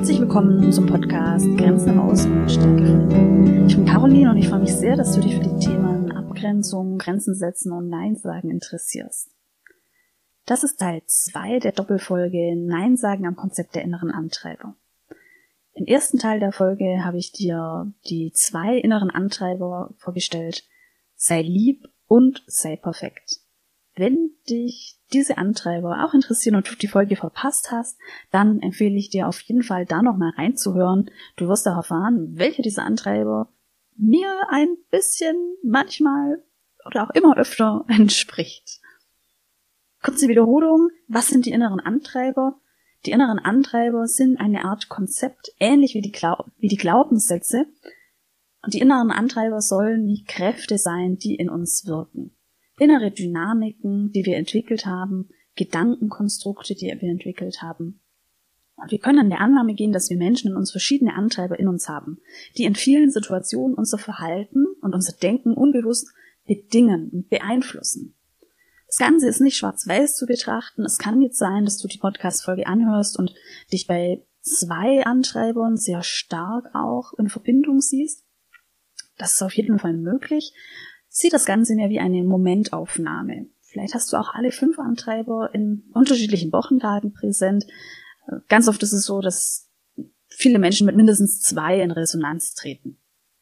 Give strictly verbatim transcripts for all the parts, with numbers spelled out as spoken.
Herzlich willkommen zum Podcast Grenzen im Außen und Stärke finden. Ich bin Caroline und ich freue mich sehr, dass du dich für die Themen Abgrenzung, Grenzen setzen und Nein sagen interessierst. Das ist Teil zwei der Doppelfolge Nein sagen am Konzept der inneren Antreiber. Im ersten Teil der Folge habe ich dir die zwei inneren Antreiber vorgestellt: sei lieb und sei perfekt. Wenn dich diese Antreiber auch interessieren und du die Folge verpasst hast, dann empfehle ich dir auf jeden Fall da nochmal reinzuhören. Du wirst auch erfahren, welche dieser Antreiber mir ein bisschen manchmal oder auch immer öfter entspricht. Kurze Wiederholung: Was sind die inneren Antreiber? Die inneren Antreiber sind eine Art Konzept, ähnlich wie die, Glau- wie die Glaubenssätze. Und die inneren Antreiber sollen wie Kräfte sein, die in uns wirken. Innere Dynamiken, die wir entwickelt haben, Gedankenkonstrukte, die wir entwickelt haben. Und wir können an der Annahme gehen, dass wir Menschen in uns verschiedene Antreiber in uns haben, die in vielen Situationen unser Verhalten und unser Denken unbewusst bedingen und beeinflussen. Das Ganze ist nicht schwarz-weiß zu betrachten. Es kann jetzt sein, dass du die Podcast-Folge anhörst und dich bei zwei Antreibern sehr stark auch in Verbindung siehst. Das ist auf jeden Fall möglich. Sieh das Ganze mehr wie eine Momentaufnahme. Vielleicht hast du auch alle fünf Antreiber in unterschiedlichen Wochentagen präsent. Ganz oft ist es so, dass viele Menschen mit mindestens zwei in Resonanz treten.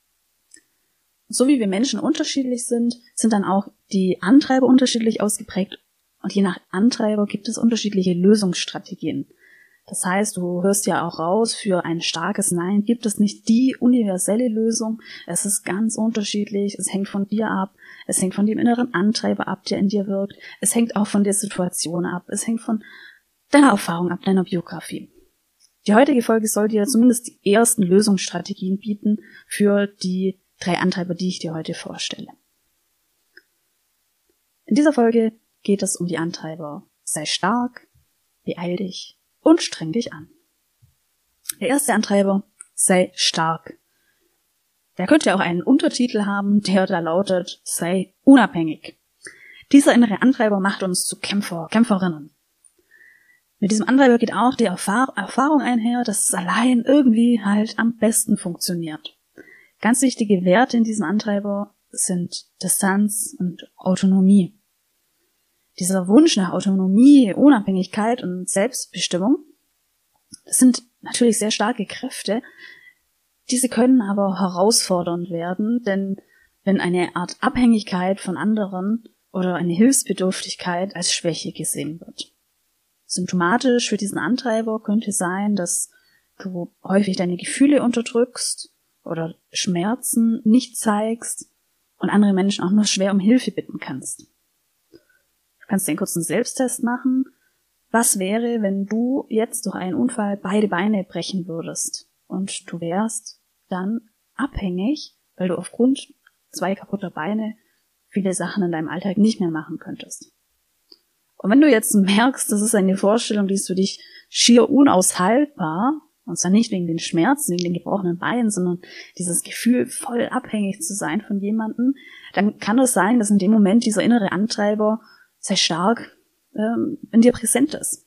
So wie wir Menschen unterschiedlich sind, sind dann auch die Antreiber unterschiedlich ausgeprägt. Und je nach Antreiber gibt es unterschiedliche Lösungsstrategien. Das heißt, du hörst ja auch raus, für ein starkes Nein gibt es nicht die universelle Lösung. Es ist ganz unterschiedlich. Es hängt von dir ab. Es hängt von dem inneren Antreiber ab, der in dir wirkt. Es hängt auch von der Situation ab. Es hängt von deiner Erfahrung ab, deiner Biografie. Die heutige Folge soll dir zumindest die ersten Lösungsstrategien bieten für die drei Antreiber, die ich dir heute vorstelle. In dieser Folge geht es um die Antreiber: sei stark, beeil dich und streng dich an. Der erste Antreiber: sei stark. Der könnte auch einen Untertitel haben, der da lautet: sei unabhängig. Dieser innere Antreiber macht uns zu Kämpfer, Kämpferinnen. Mit diesem Antreiber geht auch die Erfahr- Erfahrung einher, dass es allein irgendwie halt am besten funktioniert. Ganz wichtige Werte in diesem Antreiber sind Distanz und Autonomie. Dieser Wunsch nach Autonomie, Unabhängigkeit und Selbstbestimmung, das sind natürlich sehr starke Kräfte. Diese können aber herausfordernd werden, denn wenn eine Art Abhängigkeit von anderen oder eine Hilfsbedürftigkeit als Schwäche gesehen wird. Symptomatisch für diesen Antreiber könnte sein, dass du häufig deine Gefühle unterdrückst oder Schmerzen nicht zeigst und andere Menschen auch nur schwer um Hilfe bitten kannst. Du kannst dir einen kurzen Selbsttest machen. Was wäre, wenn du jetzt durch einen Unfall beide Beine brechen würdest und du wärst dann abhängig, weil du aufgrund zwei kaputter Beine viele Sachen in deinem Alltag nicht mehr machen könntest? Und wenn du jetzt merkst, das ist eine Vorstellung, die ist für dich schier unaushaltbar, und zwar nicht wegen den Schmerzen, wegen den gebrochenen Beinen, sondern dieses Gefühl, voll abhängig zu sein von jemandem, dann kann es sein, dass in dem Moment dieser innere Antreiber sehr stark ähm, in dir präsent ist.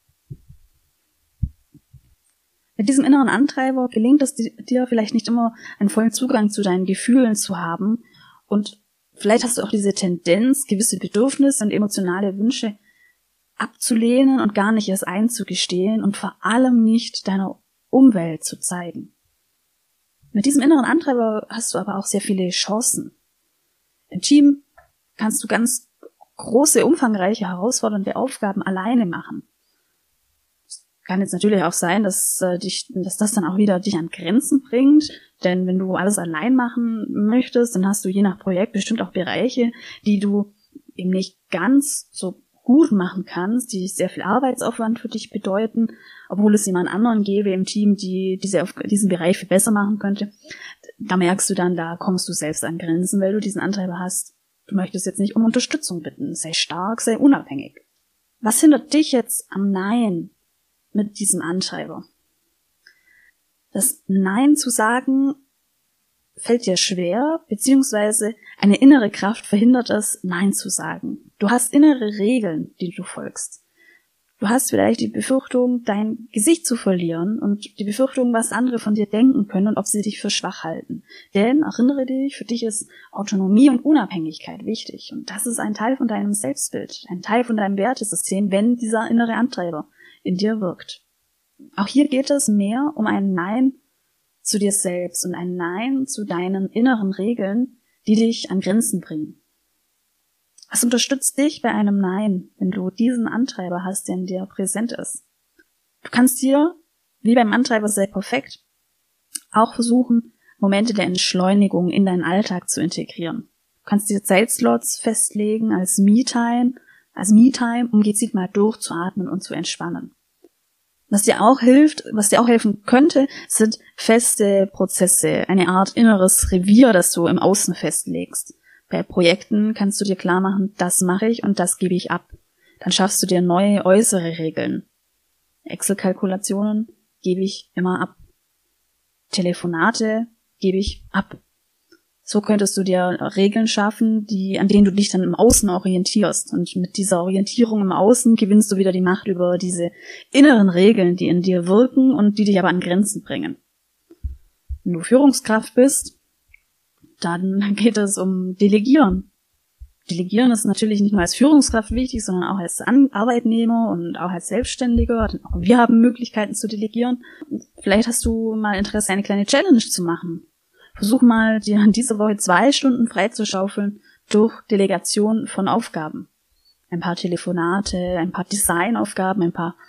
Mit diesem inneren Antreiber gelingt es dir vielleicht nicht immer, einen vollen Zugang zu deinen Gefühlen zu haben, und vielleicht hast du auch diese Tendenz, gewisse Bedürfnisse und emotionale Wünsche abzulehnen und gar nicht erst einzugestehen und vor allem nicht deiner Umwelt zu zeigen. Mit diesem inneren Antreiber hast du aber auch sehr viele Chancen. Im Team kannst du ganz große, umfangreiche, herausfordernde Aufgaben alleine machen. Es kann jetzt natürlich auch sein, dass, äh, dich, dass das dann auch wieder dich an Grenzen bringt, denn wenn du alles allein machen möchtest, dann hast du je nach Projekt bestimmt auch Bereiche, die du eben nicht ganz so gut machen kannst, die sehr viel Arbeitsaufwand für dich bedeuten, obwohl es jemand anderen gäbe im Team, die diese, diesen Bereich viel besser machen könnte. Da merkst du dann, da kommst du selbst an Grenzen, weil du diesen Antreiber hast. Du möchtest jetzt nicht um Unterstützung bitten. Sei stark, sei unabhängig. Was hindert dich jetzt am Nein mit diesem Antreiber? Das Nein zu sagen fällt dir schwer, beziehungsweise eine innere Kraft verhindert es, Nein zu sagen. Du hast innere Regeln, die du folgst. Du hast vielleicht die Befürchtung, dein Gesicht zu verlieren und die Befürchtung, was andere von dir denken können und ob sie dich für schwach halten. Denn erinnere dich, für dich ist Autonomie und Unabhängigkeit wichtig. Und das ist ein Teil von deinem Selbstbild, ein Teil von deinem Wertesystem, wenn dieser innere Antreiber in dir wirkt. Auch hier geht es mehr um ein Nein zu dir selbst und ein Nein zu deinen inneren Regeln, die dich an Grenzen bringen. Was unterstützt dich bei einem Nein, wenn du diesen Antreiber hast, der in dir präsent ist? Du kannst dir, wie beim Antreiber sehr perfekt, auch versuchen, Momente der Entschleunigung in deinen Alltag zu integrieren. Du kannst dir Zeitslots festlegen als Me-Time, als Me-Time, um gezielt mal durchzuatmen und zu entspannen. Was dir auch hilft, was dir auch helfen könnte, sind feste Prozesse, eine Art inneres Revier, das du im Außen festlegst. Bei Projekten kannst du dir klar machen, das mache ich und das gebe ich ab. Dann schaffst du dir neue äußere Regeln. Excel-Kalkulationen gebe ich immer ab. Telefonate gebe ich ab. So könntest du dir Regeln schaffen, die, an denen du dich dann im Außen orientierst. Und mit dieser Orientierung im Außen gewinnst du wieder die Macht über diese inneren Regeln, die in dir wirken und die dich aber an Grenzen bringen. Wenn du Führungskraft bist, dann geht es um Delegieren. Delegieren ist natürlich nicht nur als Führungskraft wichtig, sondern auch als Arbeitnehmer und auch als Selbstständiger. Auch wir haben Möglichkeiten zu delegieren. Vielleicht hast du mal Interesse, eine kleine Challenge zu machen. Versuch mal, dir diese Woche zwei Stunden freizuschaufeln durch Delegation von Aufgaben. Ein paar Telefonate, ein paar Designaufgaben, ein paar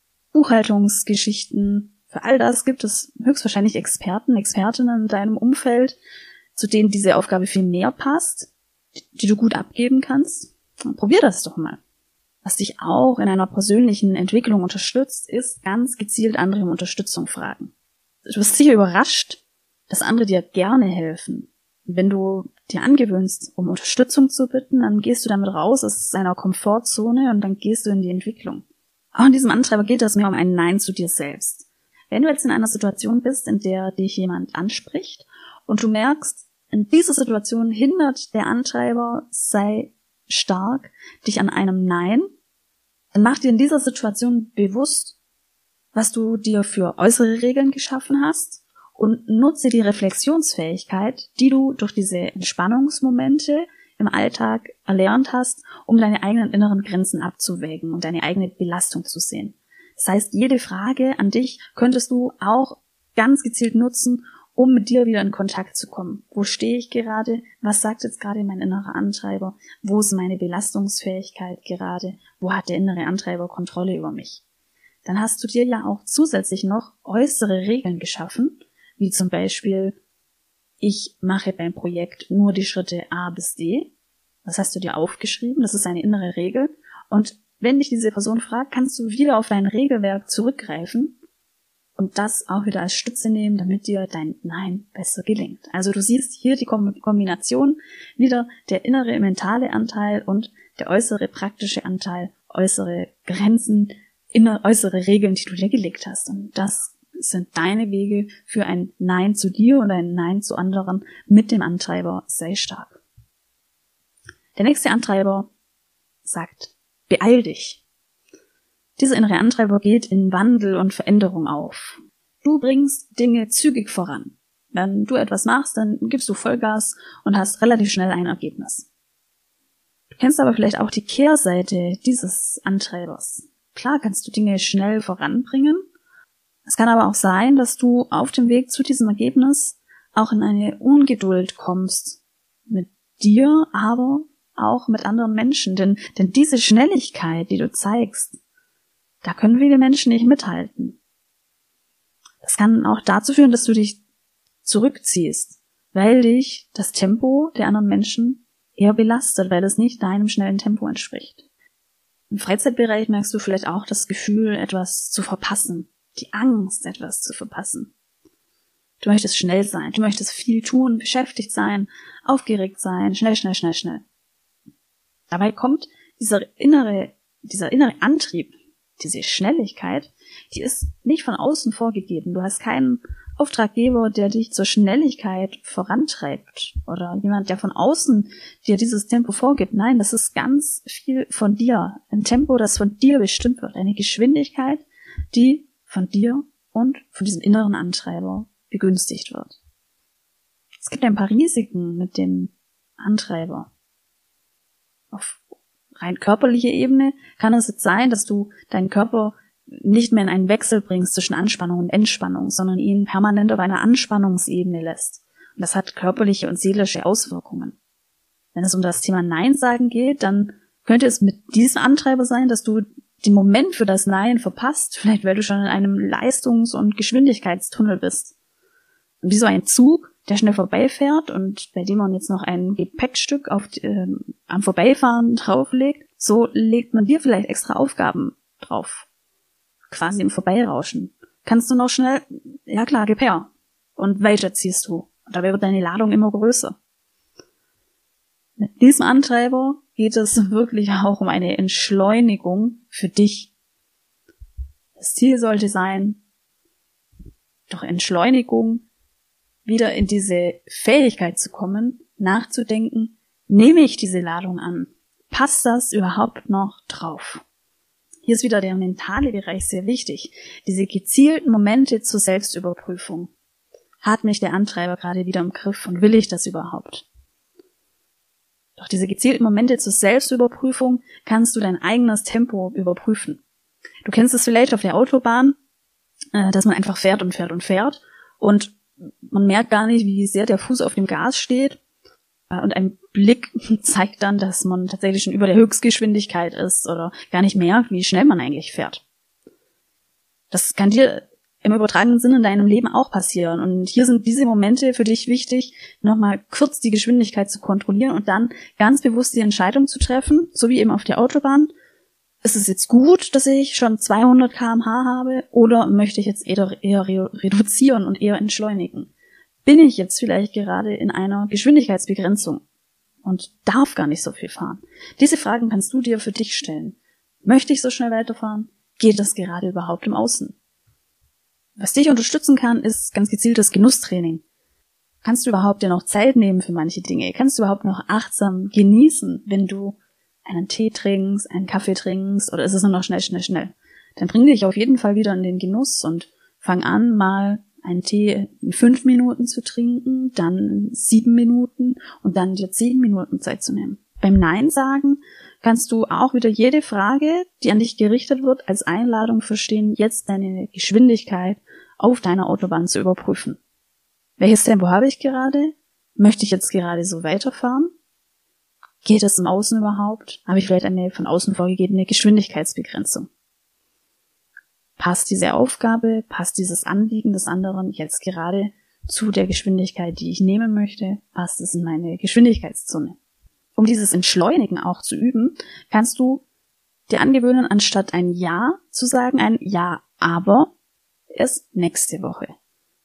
Buchhaltungsgeschichten. Für all das gibt es höchstwahrscheinlich Experten, Expertinnen in deinem Umfeld, zu denen diese Aufgabe viel mehr passt, die du gut abgeben kannst. Probier das doch mal. Was dich auch in einer persönlichen Entwicklung unterstützt, ist ganz gezielt andere um Unterstützung fragen. Du wirst sicher überrascht, dass andere dir gerne helfen. Und wenn du dir angewöhnst, um Unterstützung zu bitten, dann gehst du damit raus aus deiner Komfortzone und dann gehst du in die Entwicklung. Auch in diesem Antreiber geht es mehr um ein Nein zu dir selbst. Wenn du jetzt in einer Situation bist, in der dich jemand anspricht und du merkst, in dieser Situation hindert der Antreiber, sei stark, dich an einem Nein, dann mach dir in dieser Situation bewusst, was du dir für äußere Regeln geschaffen hast und nutze die Reflexionsfähigkeit, die du durch diese Entspannungsmomente im Alltag erlernt hast, um deine eigenen inneren Grenzen abzuwägen und deine eigene Belastung zu sehen. Das heißt, jede Frage an dich könntest du auch ganz gezielt nutzen, um mit dir wieder in Kontakt zu kommen. Wo stehe ich gerade? Was sagt jetzt gerade mein innerer Antreiber? Wo ist meine Belastungsfähigkeit gerade? Wo hat der innere Antreiber Kontrolle über mich? Dann hast du dir ja auch zusätzlich noch äußere Regeln geschaffen, wie zum Beispiel, ich mache beim Projekt nur die Schritte A bis D. Das hast du dir aufgeschrieben, das ist eine innere Regel. Und wenn dich diese Person fragt, kannst du wieder auf dein Regelwerk zurückgreifen und das auch wieder als Stütze nehmen, damit dir dein Nein besser gelingt. Also du siehst hier die Kombination wieder der innere mentale Anteil und der äußere praktische Anteil, äußere Grenzen, inner, äußere Regeln, die du dir gelegt hast. Und das sind deine Wege für ein Nein zu dir und ein Nein zu anderen mit dem Antreiber sei stark. Der nächste Antreiber sagt, beeil dich. Dieser innere Antreiber geht in Wandel und Veränderung auf. Du bringst Dinge zügig voran. Wenn du etwas machst, dann gibst du Vollgas und hast relativ schnell ein Ergebnis. Du kennst aber vielleicht auch die Kehrseite dieses Antreibers. Klar kannst du Dinge schnell voranbringen. Es kann aber auch sein, dass du auf dem Weg zu diesem Ergebnis auch in eine Ungeduld kommst. Mit dir, aber auch mit anderen Menschen. Denn, denn diese Schnelligkeit, die du zeigst, da können viele Menschen nicht mithalten. Das kann auch dazu führen, dass du dich zurückziehst, weil dich das Tempo der anderen Menschen eher belastet, weil es nicht deinem schnellen Tempo entspricht. Im Freizeitbereich merkst du vielleicht auch das Gefühl, etwas zu verpassen, die Angst, etwas zu verpassen. Du möchtest schnell sein, du möchtest viel tun, beschäftigt sein, aufgeregt sein, schnell, schnell, schnell, schnell. Dabei kommt dieser innere, dieser innere Antrieb, diese Schnelligkeit, die ist nicht von außen vorgegeben. Du hast keinen Auftraggeber, der dich zur Schnelligkeit vorantreibt oder jemand, der von außen dir dieses Tempo vorgibt. Nein, das ist ganz viel von dir. Ein Tempo, das von dir bestimmt wird. Eine Geschwindigkeit, die von dir und von diesem inneren Antreiber begünstigt wird. Es gibt ein paar Risiken mit dem Antreiber. Auf rein körperlicher Ebene kann es jetzt sein, dass du deinen Körper nicht mehr in einen Wechsel bringst zwischen Anspannung und Entspannung, sondern ihn permanent auf einer Anspannungsebene lässt. Und das hat körperliche und seelische Auswirkungen. Wenn es um das Thema Nein sagen geht, dann könnte es mit diesem Antreiber sein, dass du den Moment für das Nein verpasst, vielleicht weil du schon in einem Leistungs- und Geschwindigkeitstunnel bist. Und wie so ein Zug, der schnell vorbeifährt und bei dem man jetzt noch ein Gepäckstück auf die, äh, am Vorbeifahren drauflegt, so legt man dir vielleicht extra Aufgaben drauf. Quasi im Vorbeirauschen. Kannst du noch schnell, ja klar, gib her. Und weiter ziehst du. Und dabei wird deine Ladung immer größer. Mit diesem Antreiber geht es wirklich auch um eine Entschleunigung für dich. Das Ziel sollte sein, durch Entschleunigung wieder in diese Fähigkeit zu kommen, nachzudenken, nehme ich diese Ladung an? Passt das überhaupt noch drauf? Hier ist wieder der mentale Bereich sehr wichtig. Diese gezielten Momente zur Selbstüberprüfung. Hat mich der Antreiber gerade wieder im Griff und will ich das überhaupt? Durch diese gezielten Momente zur Selbstüberprüfung kannst du dein eigenes Tempo überprüfen. Du kennst es vielleicht auf der Autobahn, dass man einfach fährt und fährt und fährt und man merkt gar nicht, wie sehr der Fuß auf dem Gas steht. Und ein Blick zeigt dann, dass man tatsächlich schon über der Höchstgeschwindigkeit ist oder gar nicht merkt, wie schnell man eigentlich fährt. Das kann dir im übertragenen Sinne in deinem Leben auch passieren. Und hier sind diese Momente für dich wichtig, nochmal kurz die Geschwindigkeit zu kontrollieren und dann ganz bewusst die Entscheidung zu treffen, so wie eben auf der Autobahn. Ist es jetzt gut, dass ich schon zweihundert Kilometer pro Stunde habe oder möchte ich jetzt eher, eher reduzieren und eher entschleunigen? Bin ich jetzt vielleicht gerade in einer Geschwindigkeitsbegrenzung und darf gar nicht so viel fahren? Diese Fragen kannst du dir für dich stellen. Möchte ich so schnell weiterfahren? Geht das gerade überhaupt im Außen? Was dich unterstützen kann, ist ganz gezieltes Genusstraining. Kannst du überhaupt dir noch Zeit nehmen für manche Dinge? Kannst du überhaupt noch achtsam genießen, wenn du einen Tee trinkst, einen Kaffee trinkst oder ist es nur noch schnell, schnell, schnell? Dann bring dich auf jeden Fall wieder in den Genuss und fang an, mal einen Tee in fünf Minuten zu trinken, dann in sieben Minuten und dann dir zehn Minuten Zeit zu nehmen. Beim Nein sagen kannst du auch wieder jede Frage, die an dich gerichtet wird, als Einladung verstehen, jetzt deine Geschwindigkeit auf deiner Autobahn zu überprüfen. Welches Tempo habe ich gerade? Möchte ich jetzt gerade so weiterfahren? Geht es im Außen überhaupt? Habe ich vielleicht eine von außen vorgegebene Geschwindigkeitsbegrenzung? Passt diese Aufgabe, passt dieses Anliegen des anderen jetzt gerade zu der Geschwindigkeit, die ich nehmen möchte? Passt es in meine Geschwindigkeitszone? Um dieses Entschleunigen auch zu üben, kannst du dir angewöhnen, anstatt ein Ja zu sagen, ein Ja, aber erst nächste Woche.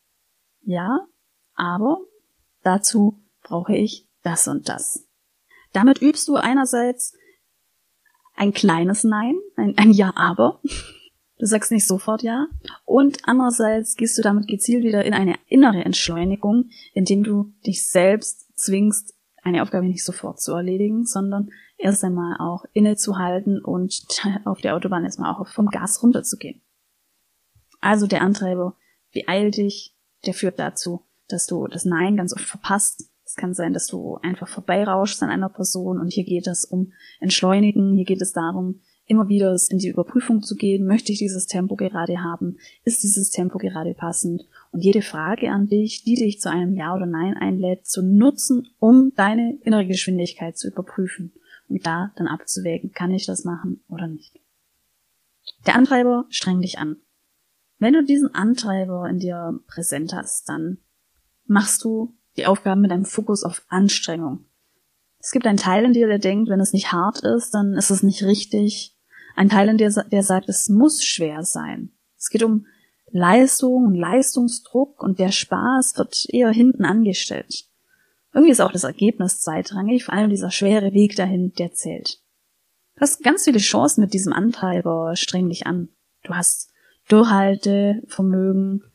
Ja, aber dazu brauche ich das und das. Damit übst du einerseits ein kleines Nein, ein, ein Ja, aber. Du sagst nicht sofort Ja. Und andererseits gehst du damit gezielt wieder in eine innere Entschleunigung, indem du dich selbst zwingst, eine Aufgabe nicht sofort zu erledigen, sondern erst einmal auch innezuhalten und auf der Autobahn erstmal auch vom Gas runterzugehen. Also der Antreiber, beeil dich, der führt dazu, dass du das Nein ganz oft verpasst. Es kann sein, dass du einfach vorbeirauschst an einer Person und hier geht es um Entschleunigen, hier geht es darum, immer wieder in die Überprüfung zu gehen, möchte ich dieses Tempo gerade haben, ist dieses Tempo gerade passend und jede Frage an dich, die dich zu einem Ja oder Nein einlädt, zu nutzen, um deine innere Geschwindigkeit zu überprüfen und da dann abzuwägen, kann ich das machen oder nicht. Der Antreiber strengt dich an. Wenn du diesen Antreiber in dir präsent hast, dann machst du die Aufgaben mit einem Fokus auf Anstrengung. Es gibt einen Teil in dir, der denkt, wenn es nicht hart ist, dann ist es nicht richtig. Ein Teil in dir, der sagt, es muss schwer sein. Es geht um Leistung und Leistungsdruck und der Spaß wird eher hinten angestellt. Irgendwie ist auch das Ergebnis zweitrangig, vor allem dieser schwere Weg dahin, der zählt. Du hast ganz viele Chancen mit diesem Antreiber, streng dich an. Du hast Durchhaltevermögen,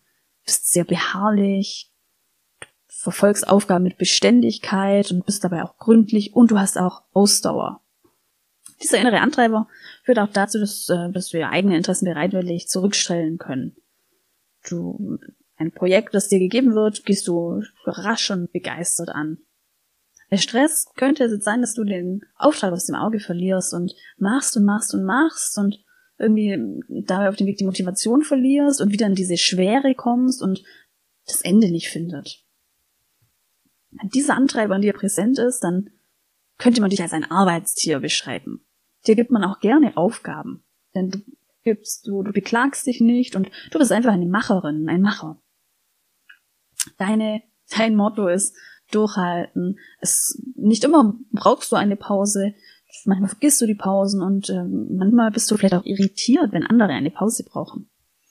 bist sehr beharrlich, du verfolgst Aufgaben mit Beständigkeit und bist dabei auch gründlich und du hast auch Ausdauer. Dieser innere Antreiber führt auch dazu, dass, dass wir eigene Interessen bereitwillig zurückstellen können. Du, ein Projekt, das dir gegeben wird, gehst du rasch und begeistert an. Der Stress könnte jetzt sein, dass du den Auftrag aus dem Auge verlierst und machst und machst und machst und irgendwie dabei auf dem Weg die Motivation verlierst und wieder in diese Schwere kommst und das Ende nicht findet. Wenn dieser Antreiber in dir präsent ist, dann könnte man dich als ein Arbeitstier beschreiben. Dir gibt man auch gerne Aufgaben, denn du gibst, du, du beklagst dich nicht und du bist einfach eine Macherin, ein Macher. Deine, dein Motto ist durchhalten. Es, nicht immer brauchst du eine Pause, manchmal vergisst du die Pausen und äh, manchmal bist du vielleicht auch irritiert, wenn andere eine Pause brauchen.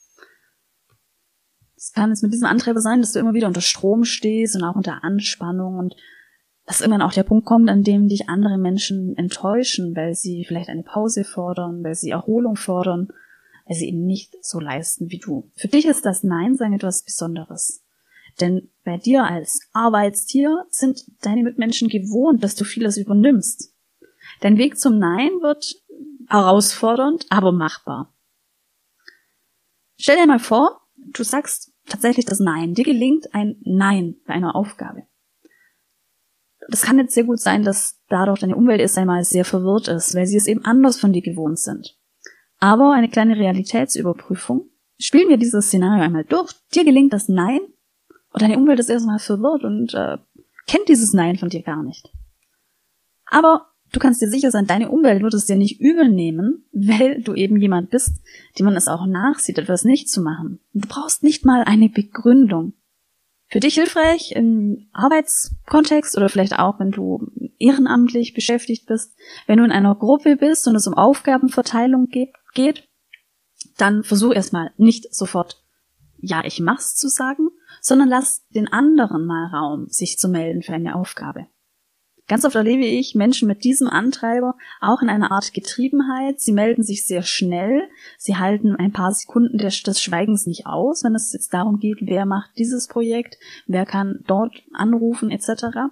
Es kann jetzt mit diesem Antreiber sein, dass du immer wieder unter Strom stehst und auch unter Anspannung und dass irgendwann auch der Punkt kommt, an dem dich andere Menschen enttäuschen, weil sie vielleicht eine Pause fordern, weil sie Erholung fordern, weil sie eben nicht so leisten wie du. Für dich ist das Nein sagen etwas Besonderes. Denn bei dir als Arbeitstier sind deine Mitmenschen gewohnt, dass du vieles übernimmst. Dein Weg zum Nein wird herausfordernd, aber machbar. Stell dir mal vor, du sagst tatsächlich das Nein. Dir gelingt ein Nein bei einer Aufgabe. Das kann jetzt sehr gut sein, dass dadurch deine Umwelt erst einmal sehr verwirrt ist, weil sie es eben anders von dir gewohnt sind. Aber eine kleine Realitätsüberprüfung. Spielen wir dieses Szenario einmal durch. Dir gelingt das Nein und deine Umwelt ist erstmal verwirrt und äh, kennt dieses Nein von dir gar nicht. Aber du kannst dir sicher sein, deine Umwelt wird es dir nicht übel nehmen, weil du eben jemand bist, dem man es auch nachsieht, etwas nicht zu machen. Und du brauchst nicht mal eine Begründung. Für dich hilfreich im Arbeitskontext oder vielleicht auch, wenn du ehrenamtlich beschäftigt bist, wenn du in einer Gruppe bist und es um Aufgabenverteilung geht, dann versuch erstmal nicht sofort ja, ich mach's zu sagen, sondern lass den anderen mal Raum, sich zu melden für eine Aufgabe. Ganz oft erlebe ich Menschen mit diesem Antreiber auch in einer Art Getriebenheit. Sie melden sich sehr schnell, sie halten ein paar Sekunden des, des Schweigens nicht aus, wenn es jetzt darum geht, wer macht dieses Projekt, wer kann dort anrufen et cetera.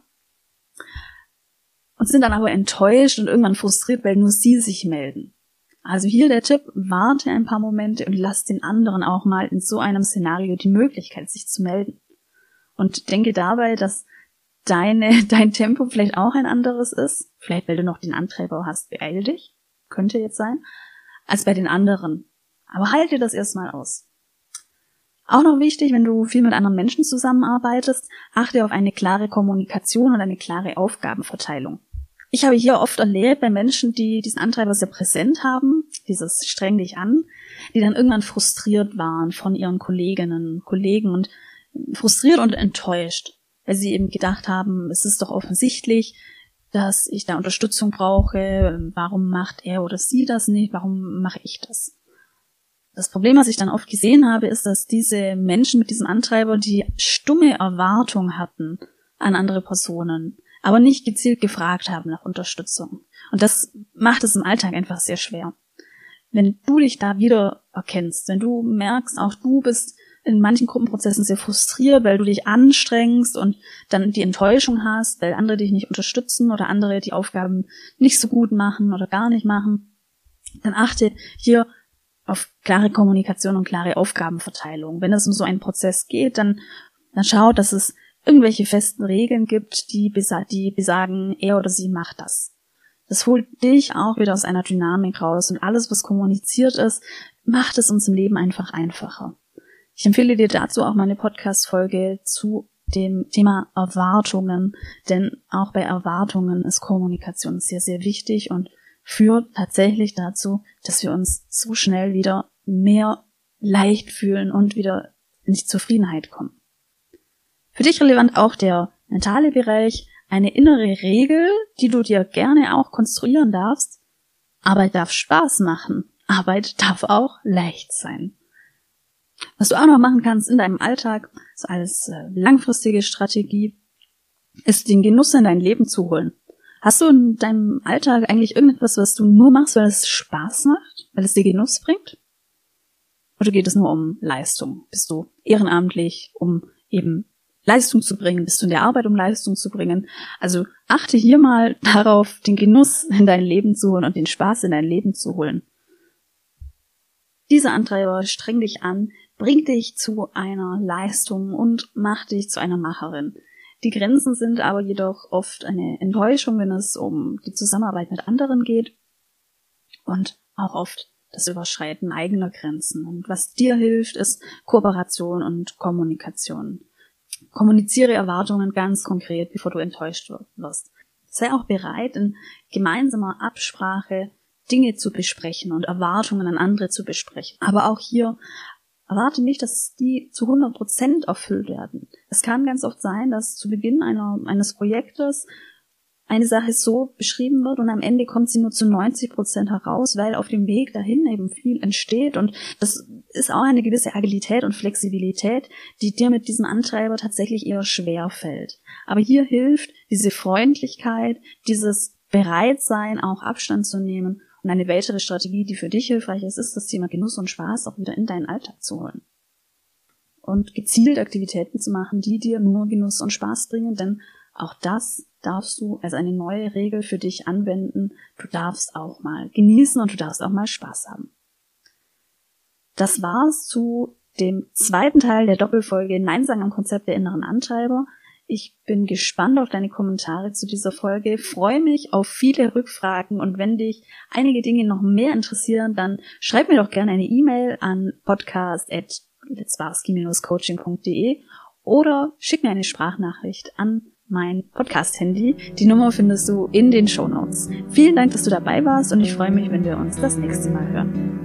Und sind dann aber enttäuscht und irgendwann frustriert, weil nur sie sich melden. Also hier der Tipp, warte ein paar Momente und lass den anderen auch mal in so einem Szenario die Möglichkeit, sich zu melden. Und denke dabei, dass deine, dein Tempo vielleicht auch ein anderes ist, vielleicht weil du noch den Antreiber hast, beeil dich, könnte jetzt sein, als bei den anderen. Aber halte das erstmal aus. Auch noch wichtig, wenn du viel mit anderen Menschen zusammenarbeitest, achte auf eine klare Kommunikation und eine klare Aufgabenverteilung. Ich habe hier oft erlebt bei Menschen, die diesen Antreiber sehr präsent haben, dieses streng dich an, die dann irgendwann frustriert waren von ihren Kolleginnen und Kollegen und frustriert und enttäuscht, weil sie eben gedacht haben, es ist doch offensichtlich, dass ich da Unterstützung brauche, warum macht er oder sie das nicht, warum mache ich das? Das Problem, was ich dann oft gesehen habe, ist, dass diese Menschen mit diesem Antreiber die stumme Erwartung hatten an andere Personen, aber nicht gezielt gefragt haben nach Unterstützung. Und das macht es im Alltag einfach sehr schwer. Wenn du dich da wieder erkennst, wenn du merkst, auch du bist in manchen Gruppenprozessen sehr frustriert, weil du dich anstrengst und dann die Enttäuschung hast, weil andere dich nicht unterstützen oder andere die Aufgaben nicht so gut machen oder gar nicht machen, dann achte hier auf klare Kommunikation und klare Aufgabenverteilung. Wenn es um so einen Prozess geht, dann, dann schau, dass es irgendwelche festen Regeln gibt, die, besa- die besagen, er oder sie macht das. Das holt dich auch wieder aus einer Dynamik raus und alles, was kommuniziert ist, macht es uns im Leben einfach einfacher. Ich empfehle dir dazu auch meine Podcast-Folge zu dem Thema Erwartungen, denn auch bei Erwartungen ist Kommunikation sehr, sehr wichtig und führt tatsächlich dazu, dass wir uns so schnell wieder mehr leicht fühlen und wieder in die Zufriedenheit kommen. Für dich relevant auch der mentale Bereich, eine innere Regel, die du dir gerne auch konstruieren darfst. Arbeit darf Spaß machen, Arbeit darf auch leicht sein. Was du auch noch machen kannst in deinem Alltag, so als äh, langfristige Strategie, ist den Genuss in dein Leben zu holen. Hast du in deinem Alltag eigentlich irgendetwas, was du nur machst, weil es Spaß macht, weil es dir Genuss bringt? Oder geht es nur um Leistung? Bist du ehrenamtlich, um eben Leistung zu bringen? Bist du in der Arbeit, um Leistung zu bringen? Also achte hier mal darauf, den Genuss in dein Leben zu holen und den Spaß in dein Leben zu holen. Dieser Antreiber strengt dich an, bringt dich zu einer Leistung und macht dich zu einer Macherin. Die Grenzen sind aber jedoch oft eine Enttäuschung, wenn es um die Zusammenarbeit mit anderen geht und auch oft das Überschreiten eigener Grenzen. Und was dir hilft, ist Kooperation und Kommunikation. Kommuniziere Erwartungen ganz konkret, bevor du enttäuscht wirst. Sei auch bereit, in gemeinsamer Absprache Dinge zu besprechen und Erwartungen an andere zu besprechen. Aber auch hier erwarte nicht, dass die zu hundert Prozent erfüllt werden. Es kann ganz oft sein, dass zu Beginn einer, eines Projektes eine Sache so beschrieben wird und am Ende kommt sie nur zu neunzig Prozent heraus, weil auf dem Weg dahin eben viel entsteht, und das ist auch eine gewisse Agilität und Flexibilität, die dir mit diesem Antreiber tatsächlich eher schwer fällt. Aber hier hilft diese Freundlichkeit, dieses Bereitsein, auch Abstand zu nehmen, und eine weitere Strategie, die für dich hilfreich ist, ist das Thema Genuss und Spaß auch wieder in deinen Alltag zu holen. Und gezielt Aktivitäten zu machen, die dir nur Genuss und Spaß bringen, denn auch das darfst du als eine neue Regel für dich anwenden. Du darfst auch mal genießen und du darfst auch mal Spaß haben. Das war's zu dem zweiten Teil der Doppelfolge Nein sagen am Konzept der inneren Antreiber. Ich bin gespannt auf deine Kommentare zu dieser Folge, freue mich auf viele Rückfragen, und wenn dich einige Dinge noch mehr interessieren, dann schreib mir doch gerne eine E-Mail an podcast at litzwarski dash coaching punkt de oder schick mir eine Sprachnachricht an mein Podcast-Handy. Die Nummer findest du in den Shownotes. Vielen Dank, dass du dabei warst, und ich freue mich, wenn wir uns das nächste Mal hören.